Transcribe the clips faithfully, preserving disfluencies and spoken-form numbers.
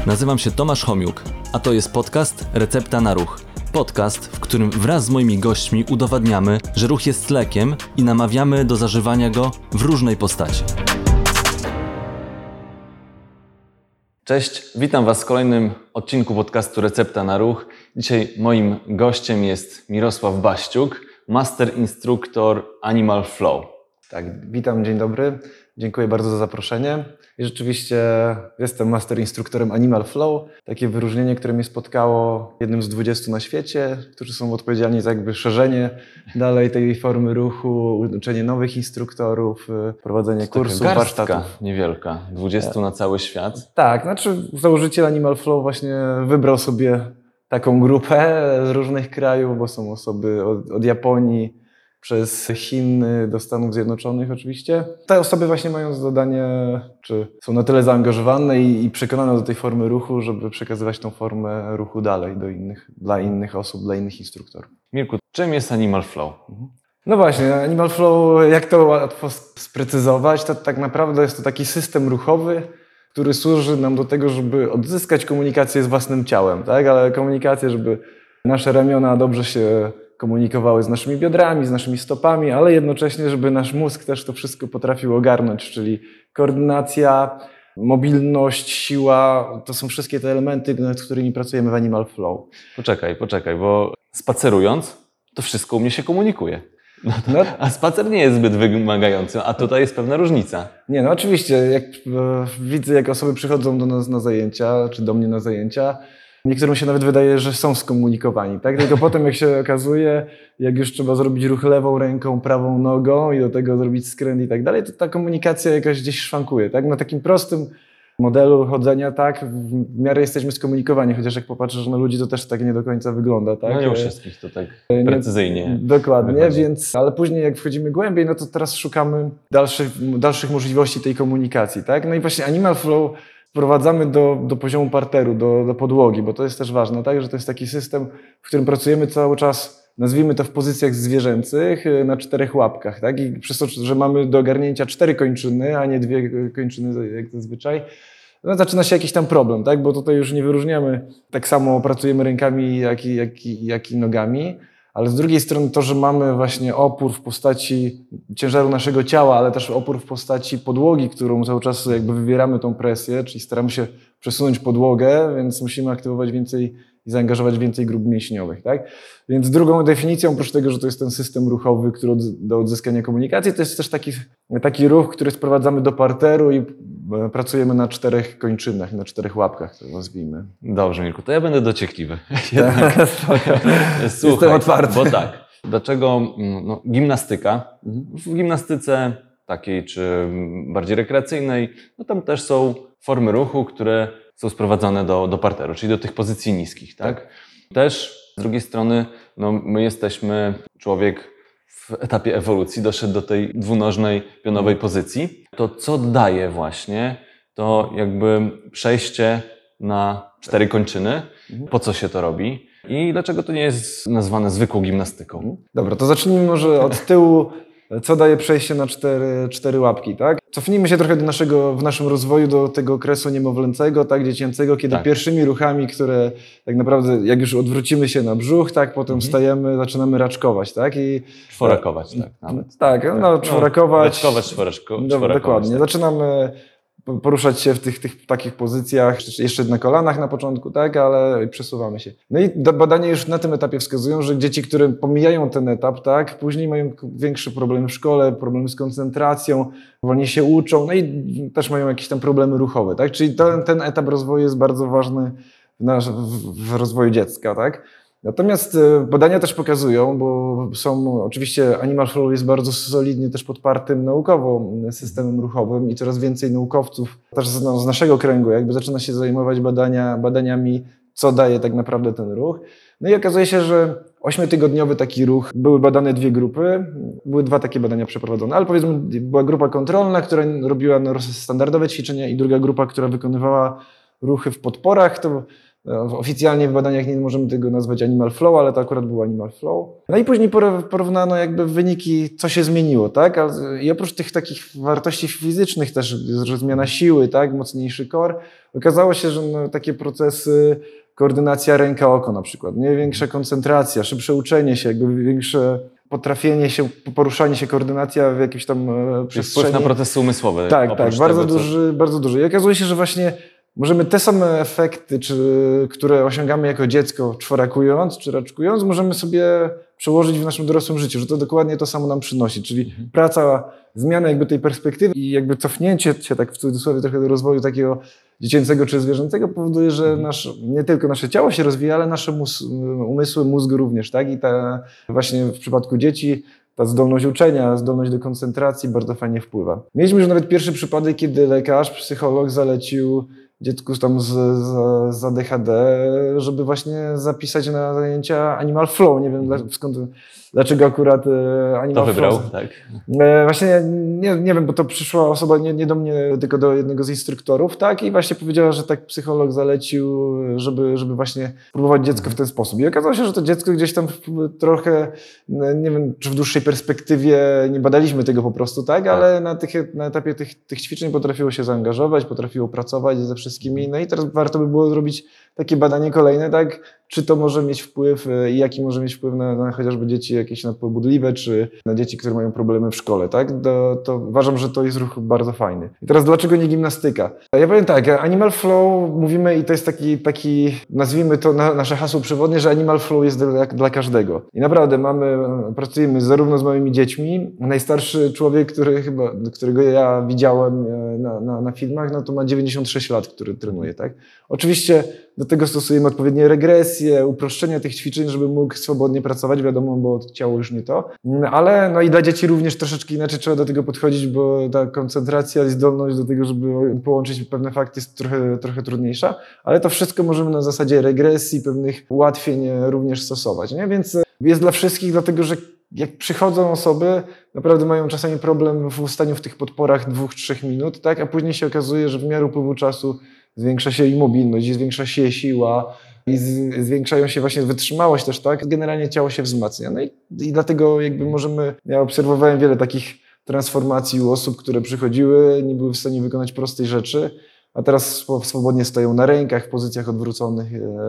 Nazywam się Tomasz Homiuk, a to jest podcast Recepta na ruch. Podcast, w którym wraz z moimi gośćmi udowadniamy, że ruch jest lekiem i namawiamy do zażywania go w różnej postaci. Cześć, witam Was w kolejnym odcinku podcastu Recepta na ruch. Dzisiaj moim gościem jest Mirosław Baściuk, master instruktor Animal Flow. Tak, witam, dzień dobry. Dziękuję bardzo za zaproszenie. I rzeczywiście jestem master instruktorem Animal Flow. Takie wyróżnienie, które mnie spotkało jednym z dwudziestu na świecie, którzy są odpowiedzialni za jakby szerzenie dalej tej formy ruchu, uczenie nowych instruktorów, prowadzenie kursów, warsztatów. Niewielka, dwudziestu na cały świat. Tak, znaczy założyciel Animal Flow właśnie wybrał sobie taką grupę z różnych krajów, bo są osoby od, od Japonii, przez Chiny do Stanów Zjednoczonych oczywiście. Te osoby właśnie mają zadanie, czy są na tyle zaangażowane i, i przekonane do tej formy ruchu, żeby przekazywać tą formę ruchu dalej do innych, dla innych osób, dla innych instruktorów. Mirku, czym jest Animal Flow? No właśnie, Animal Flow, jak to łatwo sprecyzować, to tak naprawdę jest to taki system ruchowy, który służy nam do tego, żeby odzyskać komunikację z własnym ciałem, tak? Ale komunikację, żeby nasze ramiona dobrze się komunikowały z naszymi biodrami, z naszymi stopami, ale jednocześnie, żeby nasz mózg też to wszystko potrafił ogarnąć, czyli koordynacja, mobilność, siła, to są wszystkie te elementy, nad którymi pracujemy w Animal Flow. Poczekaj, poczekaj, bo spacerując, to wszystko u mnie się komunikuje. No to, no. A spacer nie jest zbyt wymagający, a tutaj jest pewna różnica. Nie, no oczywiście, jak e, widzę, jak osoby przychodzą do nas na zajęcia, czy do mnie na zajęcia, niektórym się nawet wydaje, że są skomunikowani, tak? Tylko potem jak się okazuje, jak już trzeba zrobić ruch lewą ręką, prawą nogą i do tego zrobić skręt i tak dalej, to ta komunikacja jakaś gdzieś szwankuje, tak? Na takim prostym modelu chodzenia, tak, w miarę jesteśmy skomunikowani, chociaż jak popatrzysz na ludzi, to też tak nie do końca wygląda, tak? No nie u wszystkich to tak precyzyjnie. Nie, dokładnie, wychodzi. Więc, ale później jak wchodzimy głębiej, no to teraz szukamy dalszych, dalszych możliwości tej komunikacji, tak? No i właśnie Animal Flow wprowadzamy do, do poziomu parteru, do, do podłogi, bo to jest też ważne, tak? Że to jest taki system, w którym pracujemy cały czas, nazwijmy to w pozycjach zwierzęcych, na czterech łapkach, tak? I przez to, że mamy do ogarnięcia cztery kończyny, a nie dwie kończyny jak zazwyczaj, no zaczyna się jakiś tam problem, tak? Bo tutaj już nie wyróżniamy, tak samo pracujemy rękami, jak i, jak i, jak i nogami, ale z drugiej strony to, że mamy właśnie opór w postaci ciężaru naszego ciała, ale też opór w postaci podłogi, którą cały czas jakby wywieramy tą presję, czyli staramy się przesunąć podłogę, więc musimy aktywować więcej i zaangażować więcej grup mięśniowych, tak? Więc drugą definicją, oprócz tego, że to jest ten system ruchowy, który od, do odzyskania komunikacji, to jest też taki, taki ruch, który sprowadzamy do parteru i pracujemy na czterech kończynach, na czterech łapkach, to nazwijmy. Dobrze, Mirku, to ja będę dociekliwy. Słuchaj, Jestem otwarty. Bo tak, dlaczego no, gimnastyka, w gimnastyce takiej czy bardziej rekreacyjnej, no tam też są formy ruchu, które są sprowadzane do, do parteru, czyli do tych pozycji niskich, tak? tak? Też z drugiej strony, no, my jesteśmy, człowiek w etapie ewolucji doszedł do tej dwunożnej, pionowej pozycji. To co daje właśnie to jakby przejście na cztery kończyny, po co się to robi i dlaczego to nie jest nazwane zwykłą gimnastyką? Dobra, to zacznijmy może od tyłu. Co daje przejście na cztery, cztery łapki, tak? Cofnijmy się trochę do naszego, w naszym rozwoju do tego okresu niemowlęcego, tak, dziecięcego, kiedy tak. pierwszymi ruchami, które tak naprawdę, jak już odwrócimy się na brzuch, tak, potem mhm. stajemy, zaczynamy raczkować, tak? I czworakować, tak, nawet. Tak, tak. no, czworakować. Raczkować, czworaczko, czworakować. Dokładnie, tak. Zaczynamy poruszać się w tych, tych takich pozycjach, jeszcze na kolanach na początku, tak, ale przesuwamy się. No i badania już na tym etapie wskazują, że dzieci, które pomijają ten etap, tak, później mają większe problemy w szkole, problemy z koncentracją, wolniej się uczą, no i też mają jakieś tam problemy ruchowe, tak, czyli ten, ten etap rozwoju jest bardzo ważny w, nasz, w, w rozwoju dziecka, tak. Natomiast badania też pokazują, bo są, oczywiście Animal Flow jest bardzo solidnie też podpartym naukowo systemem ruchowym i coraz więcej naukowców też z, no, z naszego kręgu jakby zaczyna się zajmować badania, badaniami, co daje tak naprawdę ten ruch. No i okazuje się, że ośmiotygodniowy taki ruch, były badane dwie grupy, były dwa takie badania przeprowadzone, ale powiedzmy była grupa kontrolna, która robiła no, standardowe ćwiczenia i druga grupa, która wykonywała ruchy w podporach, to No, oficjalnie w badaniach nie możemy tego nazwać Animal Flow, ale to akurat był Animal Flow. No i później porównano jakby wyniki, co się zmieniło, tak? I oprócz tych takich wartości fizycznych też, że zmiana siły, tak? Mocniejszy core, okazało się, że no, takie procesy, koordynacja ręka-oko na przykład, nie? Większa koncentracja, szybsze uczenie się, jakby większe potrafienie się, poruszanie się, koordynacja w jakimś tam przestrzeni. Wpływ na procesy umysłowe. Tak, tak, bardzo tego, duży, co... bardzo duży. I okazuje się, że właśnie możemy te same efekty, czy, które osiągamy jako dziecko czworakując czy raczkując, możemy sobie przełożyć w naszym dorosłym życiu, że to dokładnie to samo nam przynosi, czyli mhm. praca, zmiana jakby tej perspektywy i jakby cofnięcie się tak w cudzysłowie trochę do rozwoju takiego dziecięcego czy zwierzęcego powoduje, że mhm. nasz, nie tylko nasze ciało się rozwija, ale nasze mus, umysły, mózg również, tak? I ta właśnie w przypadku dzieci ta zdolność uczenia, zdolność do koncentracji bardzo fajnie wpływa. Mieliśmy już nawet pierwszy przypadek, kiedy lekarz, psycholog zalecił dziecku tam z, z, z A D H D, żeby właśnie zapisać na zajęcia Animal Flow. Nie wiem skąd, dlaczego akurat Animal to wybrał, Flow. tak. Właśnie nie, nie wiem, bo to przyszła osoba nie, nie do mnie, tylko do jednego z instruktorów, tak? I właśnie powiedziała, że tak psycholog zalecił, żeby, żeby właśnie próbować dziecko w ten sposób. I okazało się, że to dziecko gdzieś tam trochę, nie wiem, czy w dłuższej perspektywie nie badaliśmy tego po prostu, tak? Ale na, tych, na etapie tych, tych ćwiczeń potrafiło się zaangażować, potrafiło pracować ze wszystkimi. No i teraz warto by było zrobić takie badanie kolejne, tak? Czy to może mieć wpływ i jaki może mieć wpływ na, na chociażby dzieci jakieś nadpobudliwe, czy na dzieci, które mają problemy w szkole, tak? To, to uważam, że to jest ruch bardzo fajny. I teraz dlaczego nie gimnastyka? Ja powiem tak, Animal Flow mówimy i to jest taki, taki nazwijmy to na, nasze hasło przewodnie, że Animal Flow jest dla, dla każdego. I naprawdę mamy, pracujemy zarówno z małymi dziećmi. Najstarszy człowiek, który chyba, którego ja widziałem na, na, na filmach, no to ma dziewięćdziesiąt sześć lat, który trenuje, tak? Oczywiście do tego stosujemy odpowiednie regresje, uproszczenia tych ćwiczeń, żeby mógł swobodnie pracować, wiadomo, bo ciało już nie to. Ale no i dla dzieci również troszeczkę inaczej trzeba do tego podchodzić, bo ta koncentracja i zdolność do tego, żeby połączyć pewne fakty jest trochę, trochę trudniejsza, ale to wszystko możemy na zasadzie regresji, pewnych ułatwień również stosować, nie? Więc jest dla wszystkich, dlatego że jak przychodzą osoby, naprawdę mają czasami problem w ustaniu w tych podporach dwóch, trzech minut, tak? A później się okazuje, że w miarę upływu czasu zwiększa się i mobilność, i zwiększa się siła, i z, zwiększają się właśnie wytrzymałość też, tak? Generalnie ciało się wzmacnia. No i, i dlatego jakby możemy, ja obserwowałem wiele takich transformacji u osób, które przychodziły, nie były w stanie wykonać prostej rzeczy, a teraz swobodnie stoją na rękach, w pozycjach odwróconych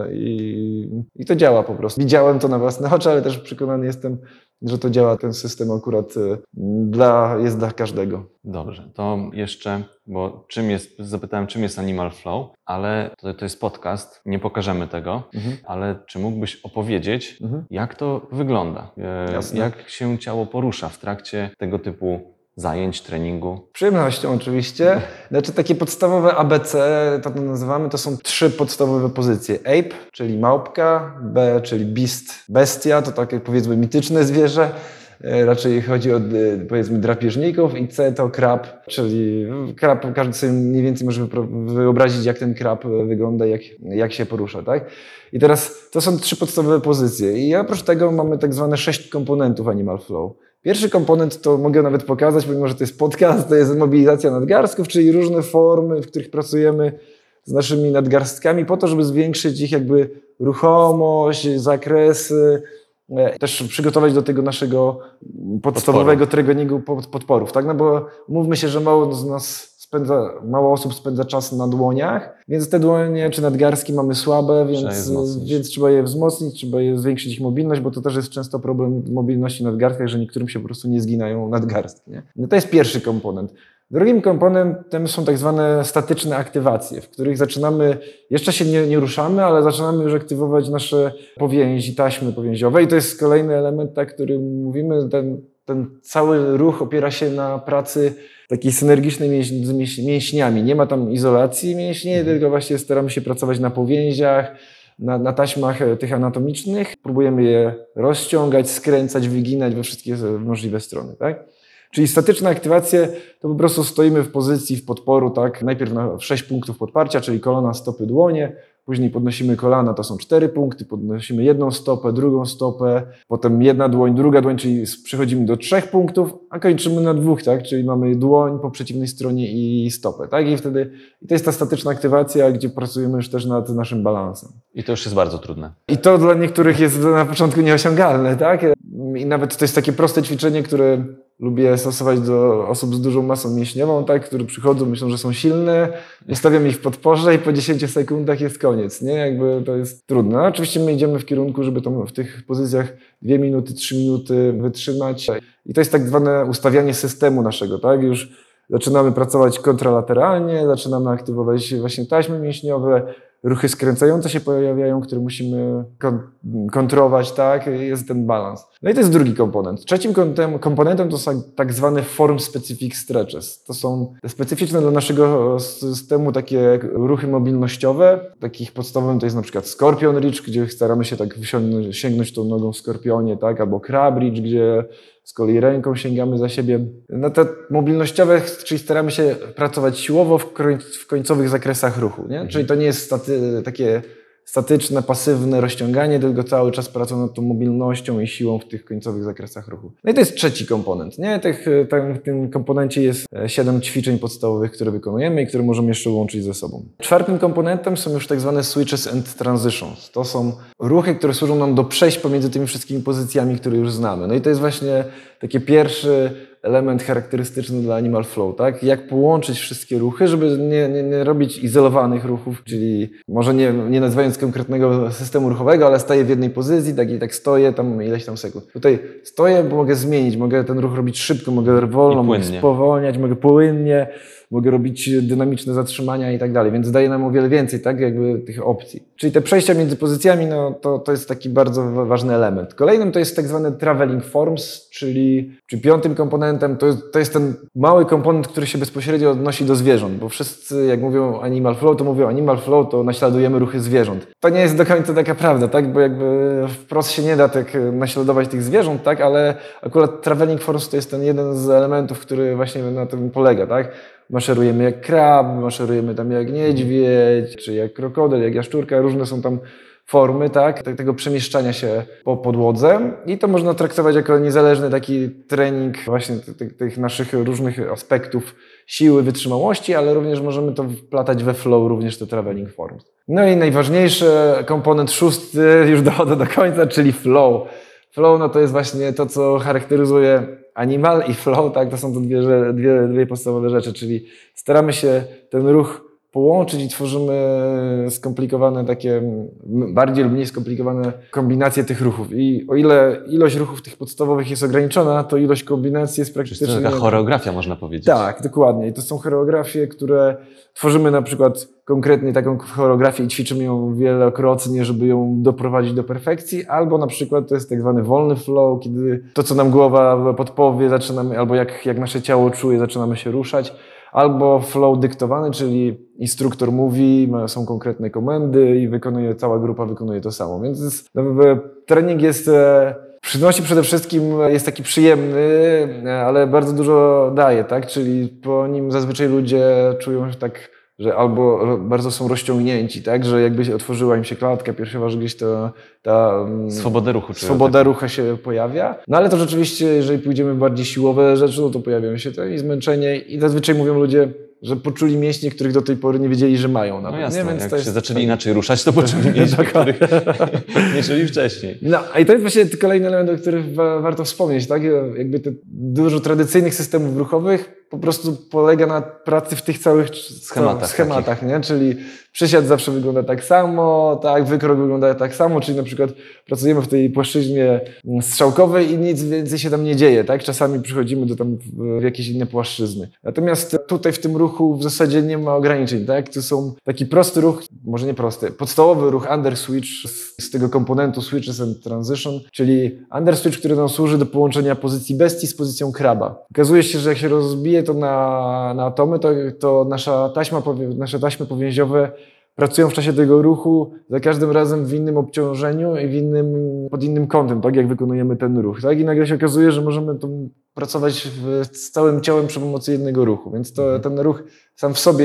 i, i to działa po prostu. Widziałem to na własne oczy, ale też przekonany jestem, że to działa, ten system akurat dla, jest dla każdego. Dobrze, to jeszcze, bo czym jest, zapytałem, czym jest Animal Flow, ale to, to jest podcast, nie pokażemy tego, mhm. ale czy mógłbyś opowiedzieć, mhm. jak to wygląda? E, jak się ciało porusza w trakcie tego typu zajęć, treningu? Z przyjemnością oczywiście. Znaczy takie podstawowe A B C, to, to nazywamy, to są trzy podstawowe pozycje. Ape, czyli małpka, B, czyli beast, bestia, to takie powiedzmy mityczne zwierzę. Raczej chodzi o, powiedzmy, drapieżników i C to krab, czyli krab, każdy sobie mniej więcej może wyobrazić, jak ten krab wygląda, jak, jak się porusza, tak? I teraz to są trzy podstawowe pozycje i oprócz tego mamy tak zwane sześć komponentów Animal Flow. Pierwszy komponent to mogę nawet pokazać, pomimo że to jest podcast, to jest mobilizacja nadgarstków, czyli różne formy, w których pracujemy z naszymi nadgarstkami po to, żeby zwiększyć ich jakby ruchomość, zakresy, też przygotować do tego naszego podstawowego treningu podporów, tak? No bo mówmy się, że mało z nas spędza, mało osób spędza czas na dłoniach, więc te dłonie czy nadgarstki mamy słabe, więc, więc trzeba je wzmocnić, trzeba je zwiększyć ich mobilność, bo to też jest często problem mobilności nadgarstkach, że niektórym się po prostu nie zginają nadgarstki, nie? No to jest pierwszy komponent. Drugim komponentem są tak zwane statyczne aktywacje, w których zaczynamy, jeszcze się nie, nie ruszamy, ale zaczynamy już aktywować nasze powięzi, taśmy powięziowe i to jest kolejny element, tak, który mówimy, ten, ten cały ruch opiera się na pracy takiej synergicznej mięś, z mięśniami. Nie ma tam izolacji mięśni, tylko właśnie staramy się pracować na powięziach, na, na taśmach tych anatomicznych. Próbujemy je rozciągać, skręcać, wyginać we wszystkie możliwe strony, tak? Czyli statyczne aktywacje to po prostu stoimy w pozycji w podporu, tak? Najpierw na sześć punktów podparcia, czyli kolana, stopy, dłonie. później podnosimy kolana, to są cztery punkty, podnosimy jedną stopę, drugą stopę, potem jedna dłoń, druga dłoń, czyli przechodzimy do trzech punktów, a kończymy na dwóch, tak? Czyli mamy dłoń po przeciwnej stronie i stopę, tak? I wtedy i to jest ta statyczna aktywacja, gdzie pracujemy już też nad naszym balansem. I to już jest bardzo trudne. I to dla niektórych jest na początku nieosiągalne, tak? I nawet to jest takie proste ćwiczenie, które lubię stosować do osób z dużą masą mięśniową, tak? Które przychodzą, myślą, że są silne, ustawiam ich w podporze i po dziesięciu sekundach jest koniec, nie? Jakby to jest trudne. No, oczywiście my idziemy w kierunku, żeby to w tych pozycjach dwie minuty, trzy minuty wytrzymać. I to jest tak zwane ustawianie systemu naszego, tak? Już zaczynamy pracować kontralateralnie, zaczynamy aktywować właśnie taśmy mięśniowe, ruchy skręcające się pojawiają, które musimy kon kontrolować, tak? Jest ten balans. No i to jest drugi komponent. Trzecim komponentem to są tak zwane form specific stretches. To są specyficzne dla naszego systemu takie ruchy mobilnościowe. Takich podstawowym to jest na przykład Scorpion Reach, gdzie staramy się tak sięgnąć tą nogą w skorpionie, tak? Albo Crab Reach, gdzie z kolei ręką sięgamy za siebie. No te mobilnościowe, czyli staramy się pracować siłowo w, w końcowych zakresach ruchu, nie? Mhm. Czyli to nie jest staty, takie statyczne, pasywne rozciąganie, tylko cały czas praca nad tą mobilnością i siłą w tych końcowych zakresach ruchu. No i to jest trzeci komponent, nie? Tych, tam, w tym komponencie jest siedem ćwiczeń podstawowych, które wykonujemy i które możemy jeszcze łączyć ze sobą. Czwartym komponentem są już tak zwane switches and transitions. To są ruchy, które służą nam do przejść pomiędzy tymi wszystkimi pozycjami, które już znamy. No i to jest właśnie taki pierwszy element charakterystyczny dla Animal Flow, tak? Jak połączyć wszystkie ruchy, żeby nie, nie, nie robić izolowanych ruchów, czyli może nie, nie nazywając konkretnego systemu ruchowego, ale staję w jednej pozycji, tak i tak stoję tam ileś tam sekund. Tutaj stoję, bo mogę zmienić, mogę ten ruch robić szybko, mogę wolno, mogę spowolniać, mogę płynnie, mogę robić dynamiczne zatrzymania i tak dalej, więc daje nam o wiele więcej, tak, jakby tych opcji. Czyli te przejścia między pozycjami, no to, to jest taki bardzo ważny element. Kolejnym to jest tak zwany traveling forms, czyli, czyli piątym komponentem to jest, to jest ten mały komponent, który się bezpośrednio odnosi do zwierząt, bo wszyscy jak mówią Animal Flow, to mówią Animal Flow, to naśladujemy ruchy zwierząt. To nie jest do końca taka prawda, tak, bo jakby wprost się nie da tak naśladować tych zwierząt, tak, ale akurat traveling forms to jest ten jeden z elementów, który właśnie na tym polega, tak. Maszerujemy jak krab, maszerujemy tam jak niedźwiedź, czy jak krokodyl, jak jaszczurka, różne są tam formy, tak, tego przemieszczania się po podłodze i to można traktować jako niezależny taki trening właśnie tych, tych naszych różnych aspektów siły, wytrzymałości, ale również możemy to wplatać we flow, również te traveling forms. No i najważniejszy komponent szósty, już dochodzę do końca, czyli flow. Flow no to jest właśnie to, co charakteryzuje Animal i flow, tak, to są to dwie, dwie, dwie podstawowe rzeczy, czyli staramy się ten ruch połączyć i tworzymy skomplikowane takie, bardziej lub mniej skomplikowane kombinacje tych ruchów. I o ile ilość ruchów tych podstawowych jest ograniczona, to ilość kombinacji jest praktycznie... To jest taka choreografia, można powiedzieć. Tak, dokładnie. I to są choreografie, które tworzymy na przykład konkretnie taką choreografię i ćwiczymy ją wielokrotnie, żeby ją doprowadzić do perfekcji, albo na przykład to jest tak zwany wolny flow, kiedy to, co nam głowa podpowie, zaczynamy, albo jak, jak nasze ciało czuje, zaczynamy się ruszać. Albo flow dyktowany, czyli instruktor mówi, są konkretne komendy i wykonuje, cała grupa wykonuje to samo. Więc jest, no, trening jest, e, przynosi przede wszystkim, jest taki przyjemny, e, ale bardzo dużo daje, tak? Czyli po nim zazwyczaj ludzie czują się tak, że albo bardzo są rozciągnięci, tak? Że jakby otworzyła im się klatka piersiowa, że gdzieś to, ta swoboda ruchu, swoboda tak. ruchu się pojawia. No ale to rzeczywiście, jeżeli pójdziemy w bardziej siłowe rzeczy, no to pojawiają się to i zmęczenie i zazwyczaj mówią ludzie, że poczuli mięśnie, których do tej pory nie wiedzieli, że mają. Nawet. No jasne, nie? Więc jak to się jest... zaczęli inaczej ruszać, to poczuli mięśnie, których nie czuli wcześniej. No i to jest właśnie kolejny element, o którym wa warto wspomnieć. Tak? Jakby te dużo tradycyjnych systemów ruchowych po prostu polega na pracy w tych całych schematach, schematach nie? Czyli przysiad zawsze wygląda tak samo, tak, wykrok wygląda tak samo, czyli na przykład pracujemy w tej płaszczyźnie strzałkowej i nic więcej się tam nie dzieje, tak? Czasami przychodzimy do tam w jakieś inne płaszczyzny. Natomiast tutaj w tym ruchu w zasadzie nie ma ograniczeń, tak? To są taki prosty ruch, może nie prosty, podstawowy ruch under switch z, z tego komponentu switches and transition, czyli under switch, który nam służy do połączenia pozycji bestii z pozycją kraba. Okazuje się, że jak się rozbije to na, na atomy, to, to nasza taśma, nasze taśmy powięziowe pracują w czasie tego ruchu za każdym razem w innym obciążeniu i w innym, pod innym kątem, tak jak wykonujemy ten ruch. Tak? I nagle się okazuje, że możemy tu pracować w, z całym ciałem przy pomocy jednego ruchu. Więc to, ten ruch sam w sobie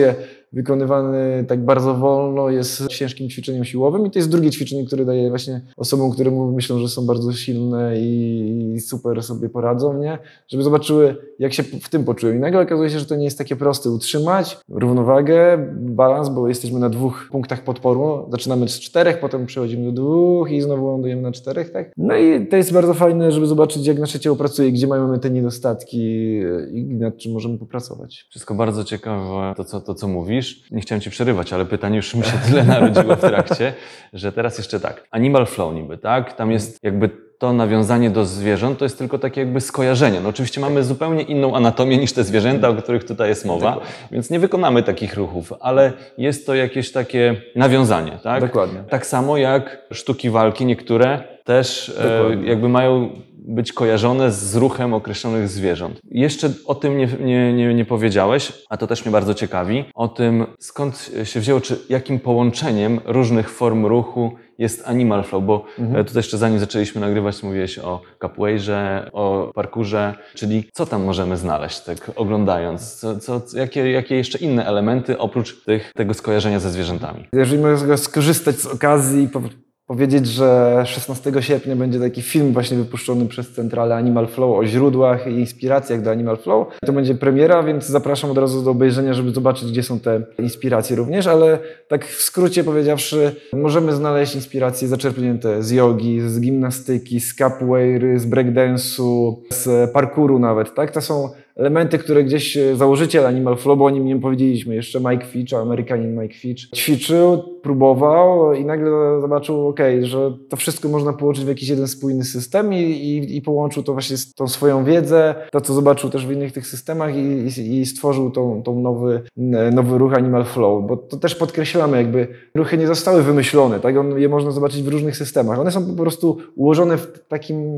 wykonywany tak bardzo wolno, jest ciężkim ćwiczeniem siłowym i to jest drugie ćwiczenie, które daje właśnie osobom, które myślą, że są bardzo silne i super sobie poradzą, nie? Żeby zobaczyły, jak się w tym poczują. I nagle okazuje się, że to nie jest takie proste utrzymać równowagę, balans, bo jesteśmy na dwóch punktach podporu. Zaczynamy z czterech, potem przechodzimy do dwóch i znowu lądujemy na czterech, tak? No i to jest bardzo fajne, żeby zobaczyć, jak nasze ciało pracuje, gdzie mamy te niedostatki i nad czym możemy popracować. Wszystko bardzo ciekawe, to co, to co mówisz. Nie chciałem Ci przerywać, ale pytanie już mi się tyle narodziło w trakcie, że teraz jeszcze tak. Animal flow niby, tak? Tam jest jakby to nawiązanie do zwierząt, to jest tylko takie jakby skojarzenie. No oczywiście mamy zupełnie inną anatomię niż te zwierzęta, o których tutaj jest mowa, Dokładnie. Więc nie wykonamy takich ruchów, ale jest to jakieś takie nawiązanie, tak? Dokładnie. Tak samo jak sztuki walki niektóre też e, jakby mają być kojarzone z ruchem określonych zwierząt. Jeszcze o tym nie, nie, nie, nie powiedziałeś, a to też mnie bardzo ciekawi, o tym skąd się wzięło, czy jakim połączeniem różnych form ruchu jest animal flow, bo mhm. tutaj jeszcze zanim zaczęliśmy nagrywać, mówiłeś o capoeirze, o parkurze, czyli co tam możemy znaleźć, tak oglądając? Co, co, jakie, jakie jeszcze inne elementy oprócz tych, tego skojarzenia ze zwierzętami? Jeżeli mogę skorzystać z okazji i powiedzieć, że szesnastego sierpnia będzie taki film właśnie wypuszczony przez centralę Animal Flow o źródłach i inspiracjach do Animal Flow. To będzie premiera, więc zapraszam od razu do obejrzenia, żeby zobaczyć, gdzie są te inspiracje również, ale tak w skrócie powiedziawszy, możemy znaleźć inspiracje zaczerpnięte z jogi, z gimnastyki, z capoeiry, z breakdance'u, z parkouru nawet, tak? To są elementy, które gdzieś założyciel Animal Flow, bo o nim nie powiedzieliśmy, jeszcze Mike Fitch, Amerykanin Mike Fitch, ćwiczył, próbował i nagle zobaczył, okej, że to wszystko można połączyć w jakiś jeden spójny system i, i, i połączył to właśnie z tą swoją wiedzę, to co zobaczył też w innych tych systemach i, i, i stworzył tą, tą nowy, nowy ruch Animal Flow, bo to też podkreślamy, jakby ruchy nie zostały wymyślone, tak? On, je można zobaczyć w różnych systemach. One są po prostu ułożone w takim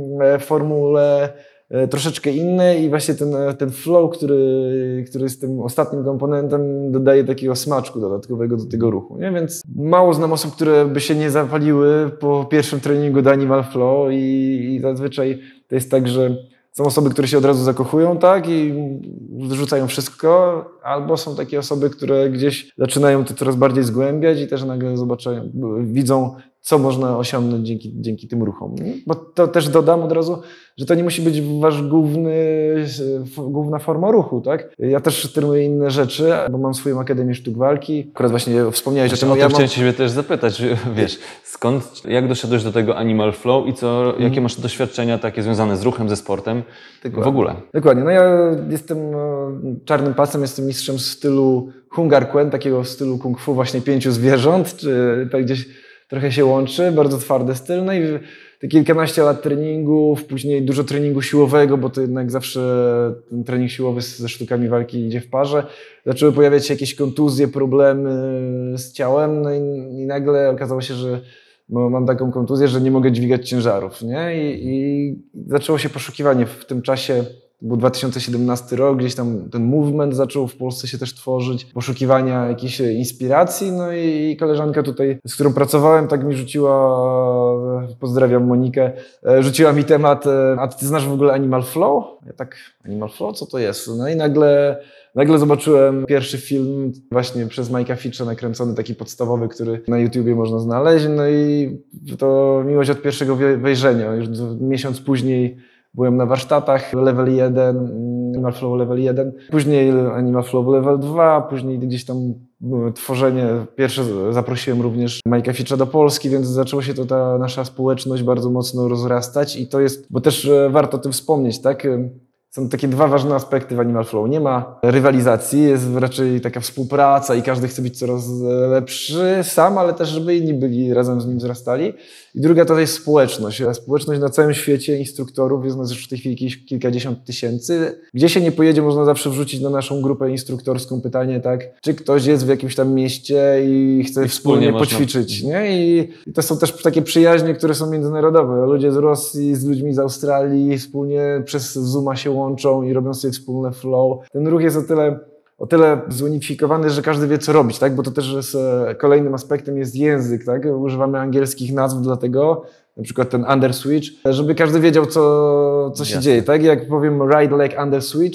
formule troszeczkę inny i właśnie ten, ten flow, który, który jest tym ostatnim komponentem, dodaje takiego smaczku dodatkowego do tego ruchu, nie? Więc mało znam osób, które by się nie zapaliły po pierwszym treningu do Animal Flow i, i zazwyczaj to jest tak, że są osoby, które się od razu zakochują, tak, i rzucają wszystko, albo są takie osoby, które gdzieś zaczynają to coraz bardziej zgłębiać i też nagle zobaczą, widzą, co można osiągnąć dzięki, dzięki tym ruchom. Bo to też dodam od razu, że to nie musi być wasz główny, główna forma ruchu, tak? Ja też trenuję inne rzeczy, bo mam swoją Akademię Sztuk Walki. Akurat właśnie wspomniałeś, właśnie że o tym ja chciałem mam... Ciebie też zapytać, wiesz, skąd, jak doszedłeś do tego Animal Flow i co, mm. jakie masz doświadczenia takie związane z ruchem, ze sportem Dokładnie. w ogóle? Dokładnie. No ja jestem czarnym pasem, jestem mistrzem stylu Hungar Kuen, takiego stylu kung fu właśnie pięciu zwierząt, czy tak gdzieś trochę się łączy, bardzo twardy styl. No i te kilkanaście lat treningów, później dużo treningu siłowego, bo to jednak zawsze ten trening siłowy ze sztukami walki idzie w parze. Zaczęły pojawiać się jakieś kontuzje, problemy z ciałem, no i, i nagle okazało się, że no, mam taką kontuzję, że nie mogę dźwigać ciężarów, nie? I, i zaczęło się poszukiwanie w tym czasie. Był dwa tysiące siedemnasty rok, gdzieś tam ten movement zaczął w Polsce się też tworzyć, poszukiwania jakichś inspiracji, no i koleżanka tutaj, z którą pracowałem, tak mi rzuciła, pozdrawiam Monikę, rzuciła mi temat, a ty znasz w ogóle Animal Flow? Ja tak, Animal Flow, co to jest? No i nagle, nagle zobaczyłem pierwszy film właśnie przez Mike'a Fitcha nakręcony, taki podstawowy, który na YouTubie można znaleźć, no i to miłość od pierwszego wejrzenia, już miesiąc później byłem na warsztatach Level jeden, Animal Flow Level jeden, później Animal Flow Level dwa, później gdzieś tam tworzenie, pierwsze zaprosiłem również Mike'a Fitcha do Polski, więc zaczęło się to ta nasza społeczność bardzo mocno rozrastać i to jest, bo też warto o tym wspomnieć, tak? Są takie dwa ważne aspekty w Animal Flow. Nie ma rywalizacji, jest raczej taka współpraca i każdy chce być coraz lepszy sam, ale też żeby inni byli razem z nim wzrastali. I druga to jest społeczność. Społeczność na całym świecie instruktorów jest nas już w tej chwili jakieś kilkadziesiąt tysięcy. Gdzie się nie pojedzie, można zawsze wrzucić na naszą grupę instruktorską pytanie, tak, czy ktoś jest w jakimś tam mieście i chce I wspólnie, wspólnie poćwiczyć. Można... Nie? I, I to są też takie przyjaźnie, które są międzynarodowe. Ludzie z Rosji, z ludźmi z Australii wspólnie przez Zooma się łączą i robią sobie wspólne flow. Ten ruch jest o tyle, o tyle zunifikowany, że każdy wie, co robić, tak? Bo to też jest, kolejnym aspektem jest język, tak? Używamy angielskich nazw dlatego, na przykład ten under switch, żeby każdy wiedział, co, co się Jasne. dzieje, tak? Jak powiem right leg under switch,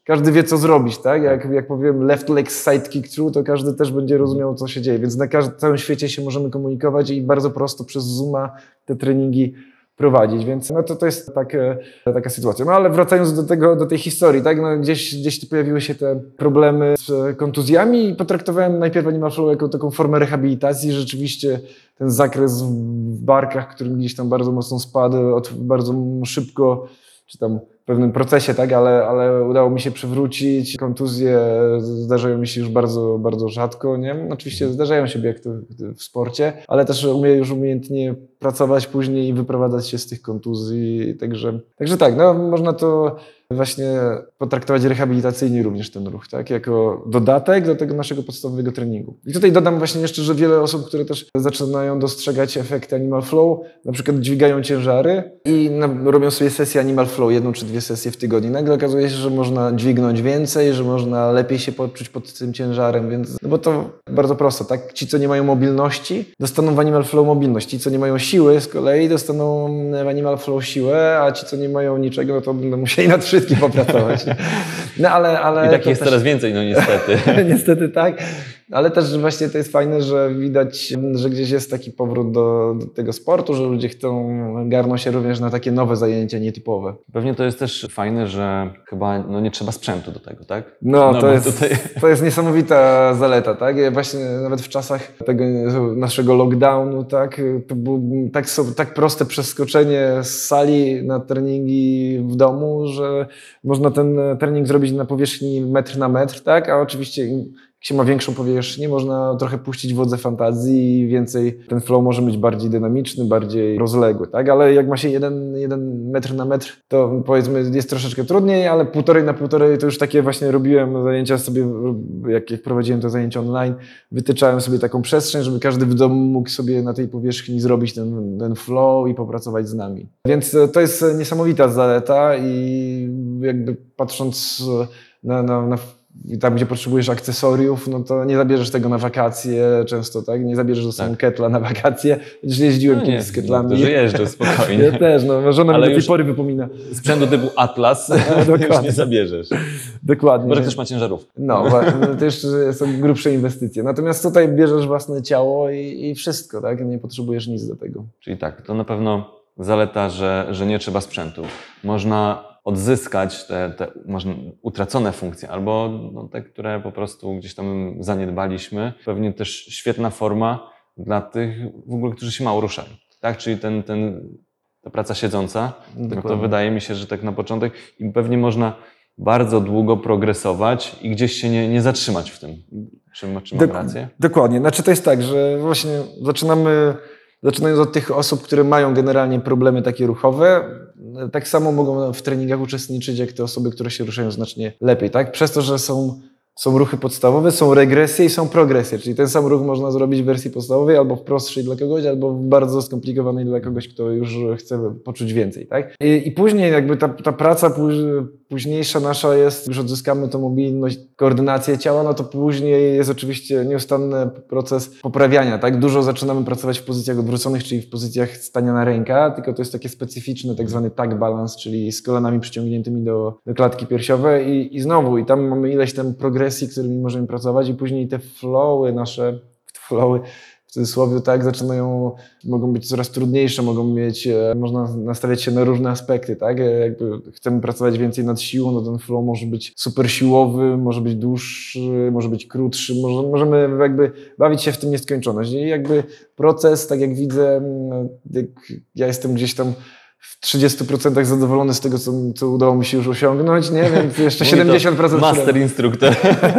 każdy wie, co zrobić, tak? Jak, jak powiem left leg sidekick true, to każdy też będzie rozumiał, co się dzieje. Więc na każdym, całym świecie się możemy komunikować i bardzo prosto przez Zooma te treningi prowadzić, więc no to, to jest takie, taka sytuacja. No ale wracając do tego, do tej historii, tak, no gdzieś, gdzieś tu pojawiły się te problemy z kontuzjami i potraktowałem najpierw Animal Flow jako taką formę rehabilitacji. Rzeczywiście ten zakres w barkach, który gdzieś tam bardzo mocno spadł, od, bardzo szybko, czy tam w pewnym procesie, tak, ale, ale udało mi się przywrócić. Kontuzje zdarzają mi się już bardzo, bardzo rzadko, nie? Oczywiście zdarzają się jak to w sporcie, ale też umiem już umiejętnie pracować później i wyprowadzać się z tych kontuzji, także, także tak, no można to właśnie potraktować rehabilitacyjnie również ten ruch, tak, jako dodatek do tego naszego podstawowego treningu. I tutaj dodam właśnie jeszcze, że wiele osób, które też zaczynają dostrzegać efekty Animal Flow, na przykład dźwigają ciężary i na, robią sobie sesję Animal Flow, jedną czy dwie sesje w tygodniu. Nagle okazuje się, że można dźwignąć więcej, że można lepiej się poczuć pod tym ciężarem, więc, no bo to bardzo proste, tak, ci, co nie mają mobilności, dostaną w Animal Flow mobilność, ci, co nie mają siły z kolei, dostaną w Animal Flow siłę, a ci, co nie mają niczego, no to będą musieli nad wszystkim popracować. No ale, ale I takich jest też... coraz więcej, no niestety. Niestety tak, ale też właśnie to jest fajne, że widać, że gdzieś jest taki powrót do, do tego sportu, że ludzie chcą, garną się również na takie nowe zajęcia nietypowe. Pewnie to jest też fajne, że chyba no, nie trzeba sprzętu do tego, tak? No, no to, jest, tutaj... to jest niesamowita zaleta, tak? Ja właśnie nawet w czasach tego naszego lockdownu, tak, to było tak, so, tak proste przeskoczenie z sali na treningi w domu, że można ten trening zrobić na powierzchni metr na metr, tak? A oczywiście jak się ma większą powierzchnię, można trochę puścić wodze fantazji i więcej, ten flow może być bardziej dynamiczny, bardziej rozległy, tak? Ale jak ma się jeden, jeden metr na metr, to powiedzmy jest troszeczkę trudniej, ale półtorej na półtorej to już takie właśnie robiłem zajęcia sobie, jak, jak prowadziłem te zajęcia online, wytyczałem sobie taką przestrzeń, żeby każdy w domu mógł sobie na tej powierzchni zrobić ten, ten flow i popracować z nami. Więc to jest niesamowita zaleta i jakby patrząc na, na, na i tam, gdzie potrzebujesz akcesoriów, no to nie zabierzesz tego na wakacje często, tak? Nie zabierzesz ze sobą tak. ketla na wakacje. Chociaż jeździłem no kiedyś z ketlami. Niektórzy jeżdżą spokojnie. Ja też, no. Żona Ale mi do tej już pory wypomina. Sprzętu typu Atlas już nie zabierzesz. Dokładnie. Może ktoś ma ciężarówkę. No, to już są grubsze inwestycje. Natomiast tutaj bierzesz własne ciało i, i wszystko, tak? Nie potrzebujesz nic do tego. Czyli tak, to na pewno zaleta, że, że nie trzeba sprzętu. Można odzyskać te, te można, utracone funkcje, albo no, te, które po prostu gdzieś tam zaniedbaliśmy. Pewnie też świetna forma dla tych w ogóle, którzy się mało ruszają. Tak? Czyli ten, ten, ta praca siedząca, no to wydaje mi się, że tak na początek i pewnie można bardzo długo progresować i gdzieś się nie, nie zatrzymać w tym. Czy, czy mam Dok- rację? Dokładnie. Znaczy to jest tak, że właśnie zaczynamy... Zaczynając od tych osób, które mają generalnie problemy takie ruchowe, tak samo mogą w treningach uczestniczyć jak te osoby, które się ruszają znacznie lepiej, tak? Przez to, że są, są ruchy podstawowe, są regresje i są progresje, czyli ten sam ruch można zrobić w wersji podstawowej albo w prostszej dla kogoś, albo w bardzo skomplikowanej dla kogoś, kto już chce poczuć więcej, tak? I, i później jakby ta, ta praca późniejsza nasza jest, już odzyskamy tą mobilność, koordynację ciała, no to później jest oczywiście nieustanny proces poprawiania, tak? Dużo zaczynamy pracować w pozycjach odwróconych, czyli w pozycjach stania na ręka, tylko to jest takie specyficzne, tak zwany tag balance, czyli z kolanami przyciągniętymi do, do klatki piersiowej i, i znowu, i tam mamy ileś tam progresji, którymi możemy pracować i później te flowy nasze, flowy w cudzysłowie, tak, zaczynają, mogą być coraz trudniejsze, mogą mieć, można nastawiać się na różne aspekty, tak, jakby chcemy pracować więcej nad siłą, no ten flow może być super siłowy, może być dłuższy, może być krótszy, może, możemy jakby bawić się w tym nieskończoność i jakby proces, tak jak widzę, jak ja jestem gdzieś tam w trzydziestu procentach zadowolony z tego, co, co udało mi się już osiągnąć, nie? Więc jeszcze siedemdziesiąt procent... Master instruktor.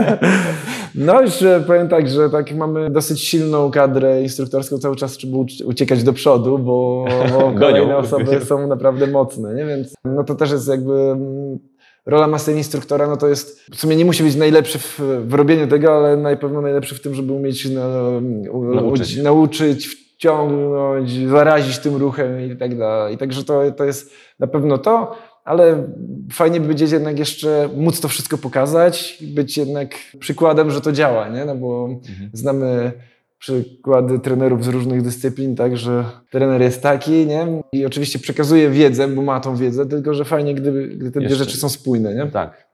No już powiem tak, że tak mamy dosyć silną kadrę instruktorską, cały czas trzeba uciekać do przodu, bo, bo kolejne osoby są naprawdę mocne, nie? Więc no to też jest jakby... Rola master instruktora, no to jest, w sumie nie musi być najlepszy w, w robieniu tego, ale na pewno najlepszy w tym, żeby umieć na, u, nauczyć. U, nauczyć, wciągnąć, zarazić tym ruchem i tak dalej. I także to, to jest na pewno to, ale fajnie by będzie jednak jeszcze móc to wszystko pokazać, być jednak przykładem, że to działa, nie? No bo mhm. znamy przykłady trenerów z różnych dyscyplin, tak, że trener jest taki, nie? I oczywiście przekazuje wiedzę, bo ma tą wiedzę, tylko że fajnie, gdyby, gdy te dwie rzeczy są spójne, nie? Tak,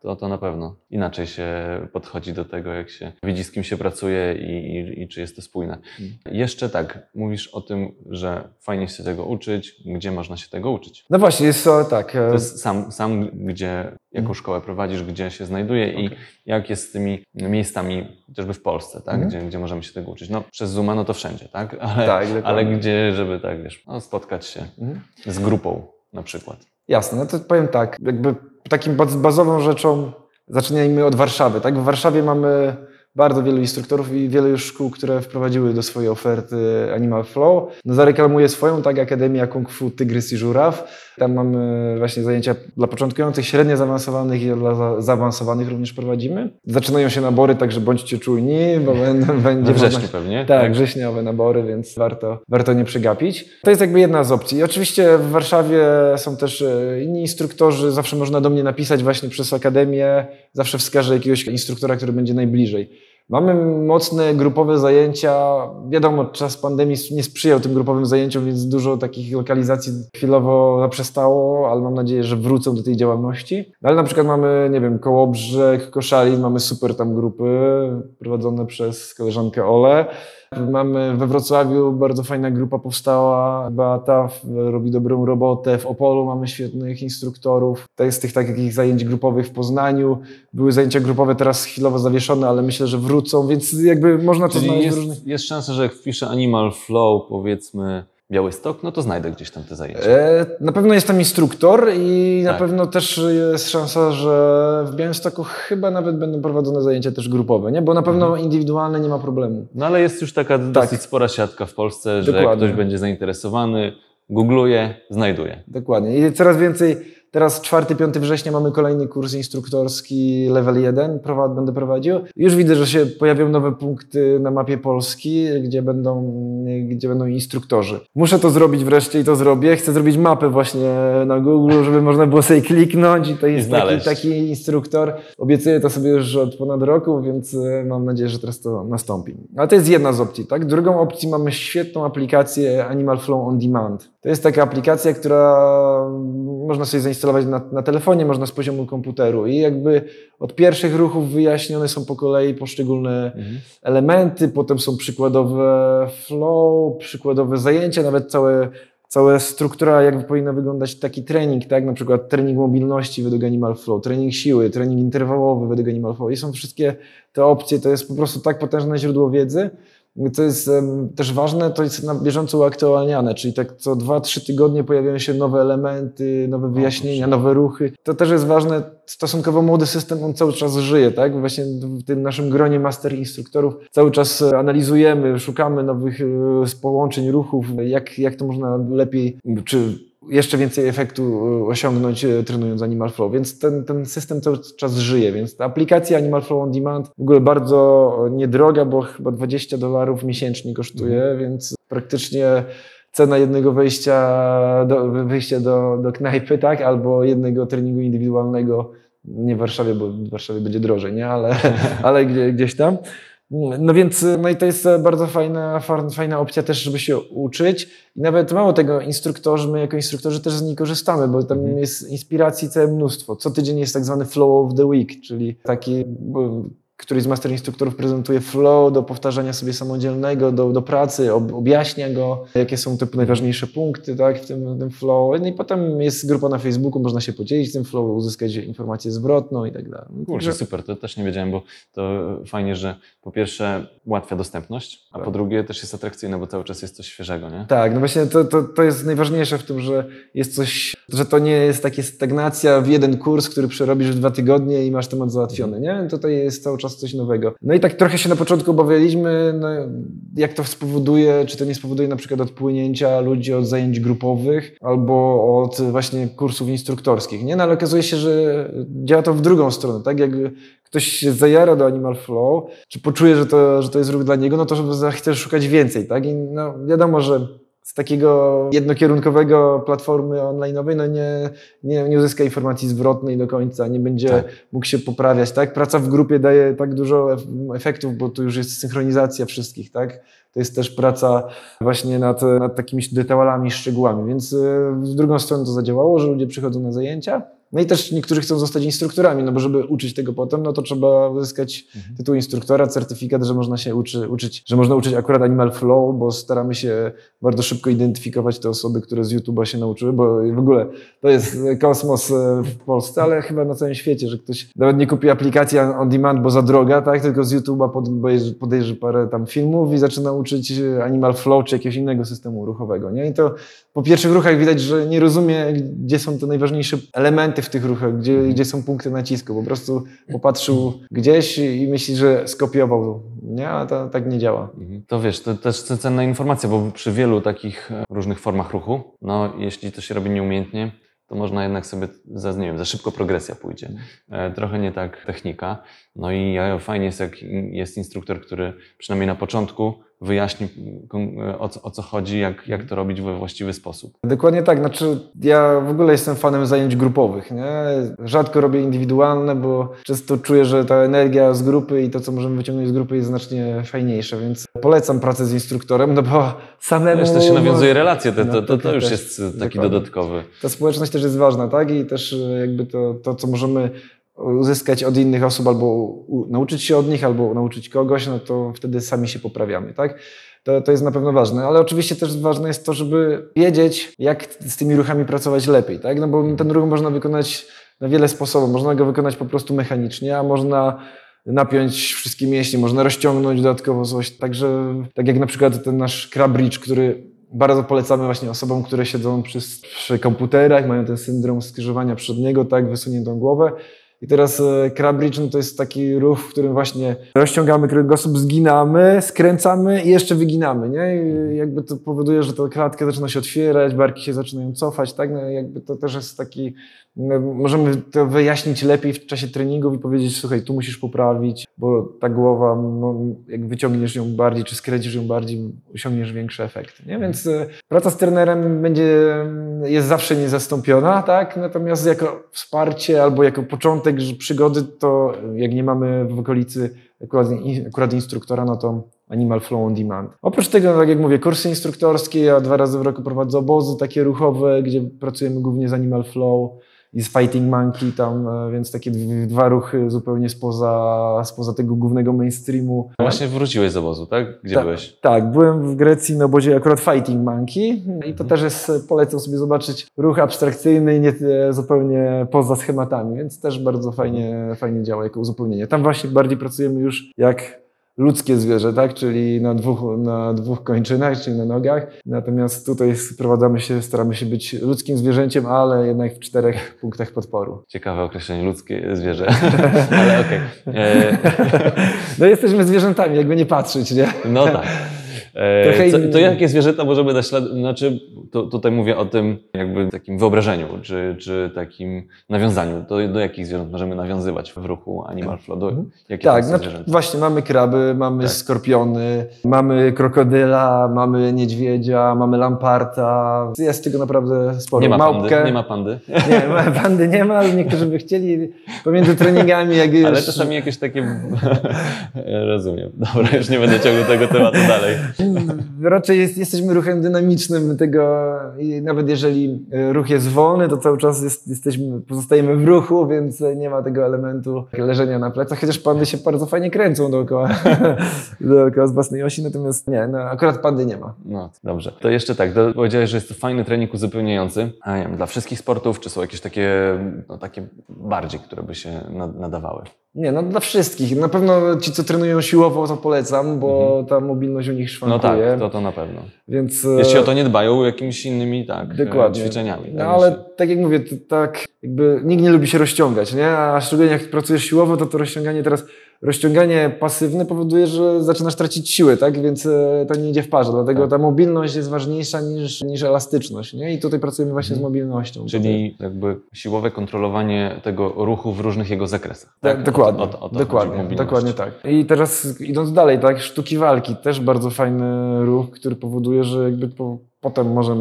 to, to na pewno. Inaczej się podchodzi do tego, jak się widzi, z kim się pracuje i, i, i czy jest to spójne. Hmm. Jeszcze tak, mówisz o tym, że fajnie się tego uczyć, gdzie można się tego uczyć. No właśnie, jest to tak. To jest sam, sam gdzie, jaką szkołę prowadzisz, gdzie się znajduje i Okay. jak jest z tymi miejscami, chociażby w Polsce, tak? Mhm. Gdzie, gdzie możemy się tego uczyć. No przez Zooma no to wszędzie, tak? Ale, Tak, dokładnie. ale gdzie, żeby tak, wiesz, no, spotkać się Mhm. z grupą na przykład. Jasne, no to powiem tak, jakby takim baz- bazową rzeczą zaczynajmy od Warszawy, tak? W Warszawie mamy bardzo wielu instruktorów i wiele już szkół, które wprowadziły do swojej oferty Animal Flow. No, zareklamuję swoją, tak, Akademia Kung Fu Tygrys i Żuraw. Tam mamy właśnie zajęcia dla początkujących, średnio zaawansowanych i dla za- zaawansowanych również prowadzimy. Zaczynają się nabory, także bądźcie czujni, bo będą, będzie We wrześniu można- pewnie. Tak, wrześniowe nabory, więc warto, warto nie przegapić. To jest jakby jedna z opcji. I oczywiście w Warszawie są też e, inni instruktorzy, zawsze można do mnie napisać właśnie przez Akademię, zawsze wskażę jakiegoś instruktora, który będzie najbliżej. Mamy mocne grupowe zajęcia. Wiadomo, czas pandemii nie sprzyjał tym grupowym zajęciom, więc dużo takich lokalizacji chwilowo zaprzestało, ale mam nadzieję, że wrócą do tej działalności. Ale na przykład mamy, nie wiem, Kołobrzeg, Koszalin, mamy super tam grupy prowadzone przez koleżankę Olę. Mamy we Wrocławiu bardzo fajna grupa powstała, Beata robi dobrą robotę, w Opolu mamy świetnych instruktorów. To jest tych takich zajęć grupowych w Poznaniu. Były zajęcia grupowe, teraz chwilowo zawieszone, ale myślę, że wrócą, więc jakby można to Czyli znaleźć w jest, różnych... jest szansa, że jak wpiszę Animal Flow, powiedzmy Białystok, no to znajdę gdzieś tam te zajęcia. E, Na pewno jest tam instruktor i na Tak. pewno też jest szansa, że w Białymstoku chyba nawet będą prowadzone zajęcia też grupowe, nie? Bo na pewno Mhm. indywidualne nie ma problemu. No ale jest już taka dosyć spora siatka w Polsce, że jak Dokładnie. ktoś będzie zainteresowany, googluje, znajduje. Dokładnie. I coraz więcej, teraz czwartego piątego września mamy kolejny kurs instruktorski level jeden, prowa- będę prowadził. Już widzę, że się pojawią nowe punkty na mapie Polski, gdzie będą, gdzie będą instruktorzy. Muszę to zrobić wreszcie i to zrobię. Chcę zrobić mapę właśnie na Google, żeby można było sobie kliknąć i to jest taki, znaleźć. taki instruktor. Obiecuję to sobie już od ponad roku, więc e, mam nadzieję, że teraz to nastąpi. Ale to jest jedna z opcji, tak? Drugą opcją mamy świetną aplikację Animal Flow On Demand. To jest taka aplikacja, która można sobie zainstalować na, na telefonie, można z poziomu komputeru i jakby od pierwszych ruchów wyjaśnione są po kolei poszczególne Mhm. elementy, potem są przykładowe flow, przykładowe zajęcia, nawet całe, cała struktura, jak powinna wyglądać taki trening, tak? Na przykład trening mobilności według Animal Flow, trening siły, trening interwałowy według Animal Flow. I są wszystkie te opcje, to jest po prostu tak potężne źródło wiedzy. Co jest um, też ważne, to jest na bieżąco uaktualniane, czyli tak co dwa, trzy tygodnie pojawiają się nowe elementy, nowe wyjaśnienia, nowe ruchy. To też jest ważne, stosunkowo młody system, on cały czas żyje, tak? Właśnie w tym naszym gronie master instruktorów cały czas analizujemy, szukamy nowych e, połączeń ruchów, jak, jak to można lepiej, czy jeszcze więcej efektu osiągnąć trenując Animal Flow, więc ten, ten system cały czas żyje, więc ta aplikacja Animal Flow On Demand w ogóle bardzo niedroga, bo chyba dwadzieścia dolarów miesięcznie kosztuje, Mhm. więc praktycznie cena jednego wejścia do, wyjścia do, do knajpy, tak, albo jednego treningu indywidualnego, nie w Warszawie, bo w Warszawie będzie drożej, nie, ale, ale gdzie, gdzieś tam. No więc no i to jest bardzo fajna, fajna opcja też, żeby się uczyć. I nawet mało tego, instruktorzy, my jako instruktorzy też z niej korzystamy, bo tam Mhm. jest inspiracji całe mnóstwo. Co tydzień jest tak zwany flow of the week, czyli taki, któryś z master instruktorów prezentuje flow do powtarzania sobie samodzielnego, do, do pracy, ob, objaśnia go, jakie są te najważniejsze punkty, tak, w tym, w tym flow. No i potem jest grupa na Facebooku, można się podzielić tym flow, uzyskać informację zwrotną i tak dalej. Kurczę, super, to też nie wiedziałem, bo to fajnie, że po pierwsze ułatwia dostępność, a Tak. po drugie też jest atrakcyjne, bo cały czas jest coś świeżego, nie? Tak, no właśnie to, to, to jest najważniejsze w tym, że jest coś, że to nie jest takie stagnacja w jeden kurs, który przerobisz w dwa tygodnie i masz temat załatwiony, nie? Tutaj jest cały czas coś nowego. No i tak trochę się na początku obawialiśmy, no, jak to spowoduje, czy to nie spowoduje na przykład odpłynięcia ludzi od zajęć grupowych albo od właśnie kursów instruktorskich, nie? No ale okazuje się, że działa to w drugą stronę, tak? Jak ktoś się zajara do Animal Flow, czy poczuje, że to, że to jest ruch dla niego, no to chce szukać więcej, tak? I no wiadomo, że z takiego jednokierunkowego platformy online'owej no nie, nie, nie uzyska informacji zwrotnej do końca, nie będzie Tak. mógł się poprawiać, tak? Praca w grupie daje tak dużo efektów, bo tu już jest synchronizacja wszystkich, tak? To jest też praca właśnie nad, nad takimi detalami, szczegółami, więc w drugą stronę to zadziałało, że ludzie przychodzą na zajęcia. No i też niektórzy chcą zostać instruktorami, no bo żeby uczyć tego potem, no to trzeba uzyskać Mhm. tytuł instruktora, certyfikat, że można się uczy, uczyć, że można uczyć akurat Animal Flow, bo staramy się bardzo szybko identyfikować te osoby, które z YouTube'a się nauczyły, bo w ogóle to jest kosmos w Polsce, ale chyba na całym świecie, że ktoś nawet nie kupi aplikacji on demand, bo za droga, tak, tylko z YouTube'a podejrzy, podejrzy parę tam filmów i zaczyna uczyć Animal Flow czy jakiegoś innego systemu ruchowego, nie? I to po pierwszych ruchach widać, że nie rozumie, gdzie są te najważniejsze elementy w tych ruchach, gdzie, gdzie są punkty nacisku. Po prostu popatrzył gdzieś i myśli, że skopiował, nie? A to tak nie działa. To wiesz, to też cenna informacja, bo przy wielu takich różnych formach ruchu, no jeśli to się robi nieumiejętnie, to można jednak sobie, za, nie wiem, za szybko progresja pójdzie. E, trochę nie tak technika. No i fajnie jest, jak jest instruktor, który przynajmniej na początku wyjaśni, o co, o co chodzi, jak, jak to robić we właściwy sposób. Dokładnie tak. Znaczy, ja w ogóle jestem fanem zajęć grupowych, nie? Rzadko robię indywidualne, bo często czuję, że ta energia z grupy i to, co możemy wyciągnąć z grupy, jest znacznie fajniejsze, więc polecam pracę z instruktorem, no bo samemu... Wiesz, to się nawiązuje relacje, to, No, to, to, to już też, jest taki dokładnie. dodatkowy. Ta społeczność też jest ważna, tak? I też jakby to, to co możemy uzyskać od innych osób, albo u, nauczyć się od nich, albo nauczyć kogoś, no to wtedy sami się poprawiamy, tak? To, to jest na pewno ważne, ale oczywiście też ważne jest to, żeby wiedzieć, jak z tymi ruchami pracować lepiej, tak? No bo ten ruch można wykonać na wiele sposobów. Można go wykonać po prostu mechanicznie, a można napiąć wszystkie mięśnie, można rozciągnąć dodatkowo coś. Także tak jak na przykład ten nasz crab bridge, który bardzo polecamy właśnie osobom, które siedzą przy, przy komputerach, mają ten syndrom skrzyżowania przedniego, tak, wysuniętą głowę. I teraz crab bridge no to jest taki ruch, w którym właśnie rozciągamy kręgosłup, zginamy, skręcamy i jeszcze wyginamy, nie? I jakby to powoduje, że ta klatka zaczyna się otwierać, barki się zaczynają cofać, tak? No jakby to też jest taki, no możemy to wyjaśnić lepiej w czasie treningów i powiedzieć, słuchaj, tu musisz poprawić, bo ta głowa, no, jak wyciągniesz ją bardziej, czy skręcisz ją bardziej, osiągniesz większe efekty, nie? Więc praca z trenerem będzie, jest zawsze niezastąpiona, tak? Natomiast jako wsparcie albo jako początek przygody, to jak nie mamy w okolicy akurat, akurat instruktora, no to Animal Flow on Demand. Oprócz tego, no tak jak mówię, kursy instruktorskie, ja dwa razy w roku prowadzę obozy takie ruchowe, gdzie pracujemy głównie z Animal Flow i z Fighting Monkey tam, więc takie dwa ruchy zupełnie spoza, spoza tego głównego mainstreamu. Właśnie wróciłeś z obozu, tak? Gdzie Ta, byłeś? Tak, byłem w Grecji na obozie akurat Fighting Monkey i to Mhm. też jest, polecam sobie zobaczyć, ruch abstrakcyjny, nie, zupełnie poza schematami, więc też bardzo fajnie, fajnie działa jako uzupełnienie. Tam właśnie bardziej pracujemy już jak ludzkie zwierzę, tak? Czyli na dwóch, na dwóch kończynach, czyli na nogach. Natomiast tutaj sprowadzamy się, staramy się być ludzkim zwierzęciem, ale jednak w czterech punktach podporu. Ciekawe określenie, ludzkie zwierzę, ale okej. Okay. No jesteśmy zwierzętami, jakby nie patrzeć, nie? No tak. E, co, to jakie zwierzęta możemy naśladować? Znaczy, to, tutaj mówię o tym jakby takim wyobrażeniu, czy, czy takim nawiązaniu. Do, do jakich zwierząt możemy nawiązywać w ruchu Animal Flow? Do, jakie tak, są no, zwierzęta? właśnie mamy kraby, mamy Tak. skorpiony, mamy krokodyla, mamy niedźwiedzia, mamy lamparta. Jest tego naprawdę sporo. Nie ma Małpkę. pandy. Nie ma pandy. Nie, pandy nie ma, ale niektórzy by chcieli pomiędzy treningami, jak już... Ale czasami jakieś takie... Rozumiem. Dobra, już nie będę ciągnął tego tematu dalej. Raczej jest, jesteśmy ruchem dynamicznym tego i nawet jeżeli ruch jest wolny, to cały czas jest, jesteśmy, pozostajemy w ruchu, więc nie ma tego elementu leżenia na plecach, chociaż pandy się bardzo fajnie kręcą dookoła, dookoła z własnej osi, natomiast nie, no, akurat pandy nie ma. No, dobrze. To jeszcze tak, do, powiedziałeś, że jest to fajny trening uzupełniający. A nie wiem, dla wszystkich sportów, czy są jakieś takie, no, takie bardziej, które by się nadawały? Nie, no dla wszystkich. Na pewno ci, co trenują siłowo, to polecam, bo mhm. ta mobilność u nich szwankuje. No tak, to, to na pewno. Więc, jeśli o to nie dbają jakimiś innymi tak, dokładnie. ćwiczeniami. No ale tak jak mówię, to tak jakby nikt nie lubi się rozciągać, nie? A szczególnie jak pracujesz siłowo, to to rozciąganie teraz, rozciąganie pasywne powoduje, że zaczynasz tracić siłę, tak? Więc to nie idzie w parze, dlatego tak. ta mobilność jest ważniejsza niż, niż elastyczność, nie? I tutaj pracujemy właśnie hmm. z mobilnością. Czyli tutaj. jakby siłowe kontrolowanie tego ruchu w różnych jego zakresach. Tak, tak? dokładnie, o to, o to dokładnie, dokładnie tak. I teraz idąc dalej, tak? Sztuki walki, też bardzo fajny ruch, który powoduje, że jakby po, potem możemy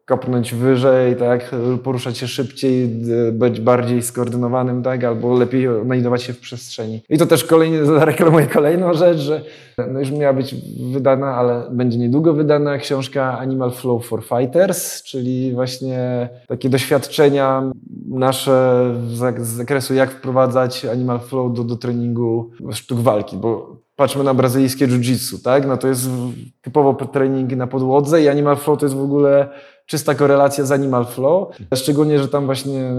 kopnąć wyżej, tak, poruszać się szybciej, być bardziej skoordynowanym, tak, albo lepiej znajdować się w przestrzeni. I to też kolejny, zareklamuję kolejną rzecz, że no już miała być wydana, ale będzie niedługo wydana książka Animal Flow for Fighters, czyli właśnie takie doświadczenia nasze z zakresu, jak wprowadzać Animal Flow do, do treningu sztuk walki, bo patrzmy na brazylijskie jiu-jitsu, tak? No to jest typowo trening na podłodze i Animal Flow to jest w ogóle czysta korelacja z Animal Flow. Szczególnie, że tam właśnie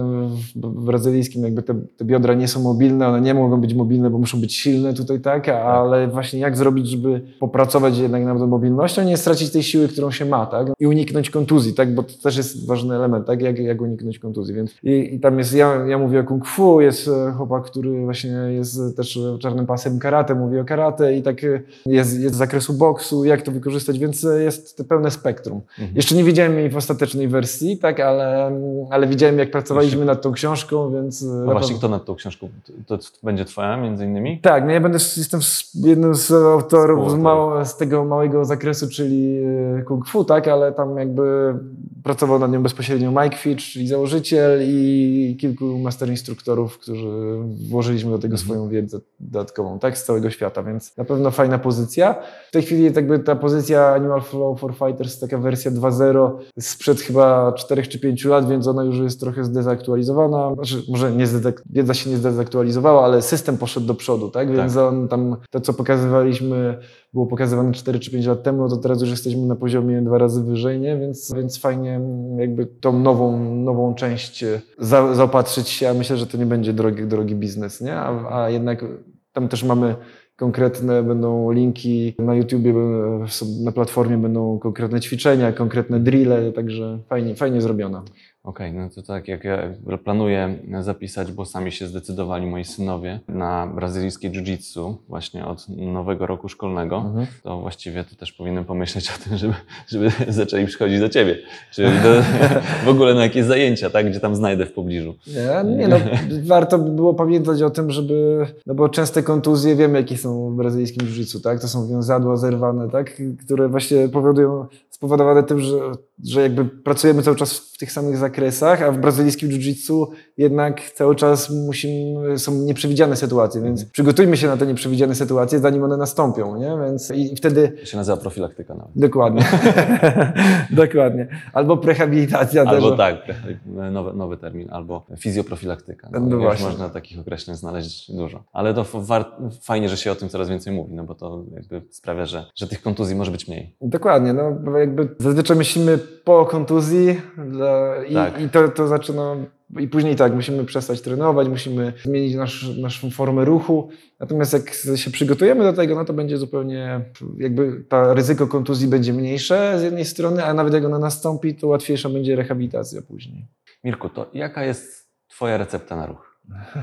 w brazylijskim jakby te, te biodra nie są mobilne, one nie mogą być mobilne, bo muszą być silne tutaj, tak? Ale właśnie jak zrobić, żeby popracować jednak nad mobilnością, nie stracić tej siły, którą się ma, tak? I uniknąć kontuzji, tak? Bo to też jest ważny element, tak? Jak, jak uniknąć kontuzji, więc i, i tam jest, ja, ja mówię o kung fu, jest chłopak, który właśnie jest też czarnym pasem karate, mówi o karate i tak jest, jest z zakresu boksu, jak to wykorzystać, więc jest pełne spektrum. Mhm. Jeszcze nie widziałem jej w ostatecznej wersji, tak, ale, ale widziałem, jak pracowaliśmy nad tą książką, więc... No właśnie, kto nad tą książką? To będzie twoja między innymi? Tak, no ja będę, jestem jednym z autorów z, mało, z tego małego zakresu, czyli kung fu, tak, ale tam jakby pracował nad nią bezpośrednio Mike Fitch, czyli założyciel i kilku master instruktorów, którzy włożyliśmy do tego mhm. swoją wiedzę dodatkową, tak, z całego świata, więc na pewno fajna pozycja. W tej chwili jakby ta pozycja Animal Flow for Fighters, taka wersja dwa zero sprzed chyba czterech czy pięciu lat, więc ona już jest trochę zdezaktualizowana. Znaczy, może nie zdezak- wiedza się nie zdezaktualizowała, ale system poszedł do przodu, tak? Więc tak. On tam, to co pokazywaliśmy, było pokazywane cztery czy pięć lat temu, to teraz już jesteśmy na poziomie dwa razy wyżej, nie? Więc, więc fajnie jakby tą nową, nową część za, zaopatrzyć się, a myślę, że to nie będzie drogi, drogi biznes, nie? A, a jednak tam też mamy konkretne będą linki na YouTubie, na platformie będą konkretne ćwiczenia, konkretne drille, także fajnie, fajnie zrobiona. Okej, okay, no to tak jak ja planuję zapisać, bo sami się zdecydowali moi synowie na brazylijskie jiu-jitsu właśnie od nowego roku szkolnego, mhm. to właściwie to też powinienem pomyśleć o tym, żeby, żeby zaczęli przychodzić do ciebie, czyli do, w ogóle na jakieś zajęcia, tak, gdzie tam znajdę w pobliżu. Nie, nie no, warto by było pamiętać o tym, żeby, no bo częste kontuzje, wiemy jakie są w brazylijskim jiu-jitsu, tak, to są więzadła zerwane, tak, które właśnie powodują, spowodowane tym, że, że jakby pracujemy cały czas w tych samych zakresach, a w brazylijskim jiu-jitsu jednak cały czas musimy, są nieprzewidziane sytuacje, więc mm. przygotujmy się na te nieprzewidziane sytuacje, zanim one nastąpią, nie? Więc i wtedy... To się nazywa profilaktyka nawet. Dokładnie. Dokładnie. Albo prehabilitacja. Albo też. tak, nowy, nowy termin, albo fizjoprofilaktyka. No, no właśnie. Można takich określeń znaleźć dużo. Ale to war... fajnie, że się o tym coraz więcej mówi, no bo to jakby sprawia, że, że tych kontuzji może być mniej. Dokładnie, no bo jakby zazwyczaj myślimy po kontuzji dla... i, tak. i to, to zaczyna... I później tak, musimy przestać trenować, musimy zmienić nasz, naszą formę ruchu. Natomiast jak się przygotujemy do tego, no to będzie zupełnie, jakby to ryzyko kontuzji będzie mniejsze z jednej strony, a nawet jak ona nastąpi, to łatwiejsza będzie rehabilitacja później. Mirku, to jaka jest twoja recepta na ruch?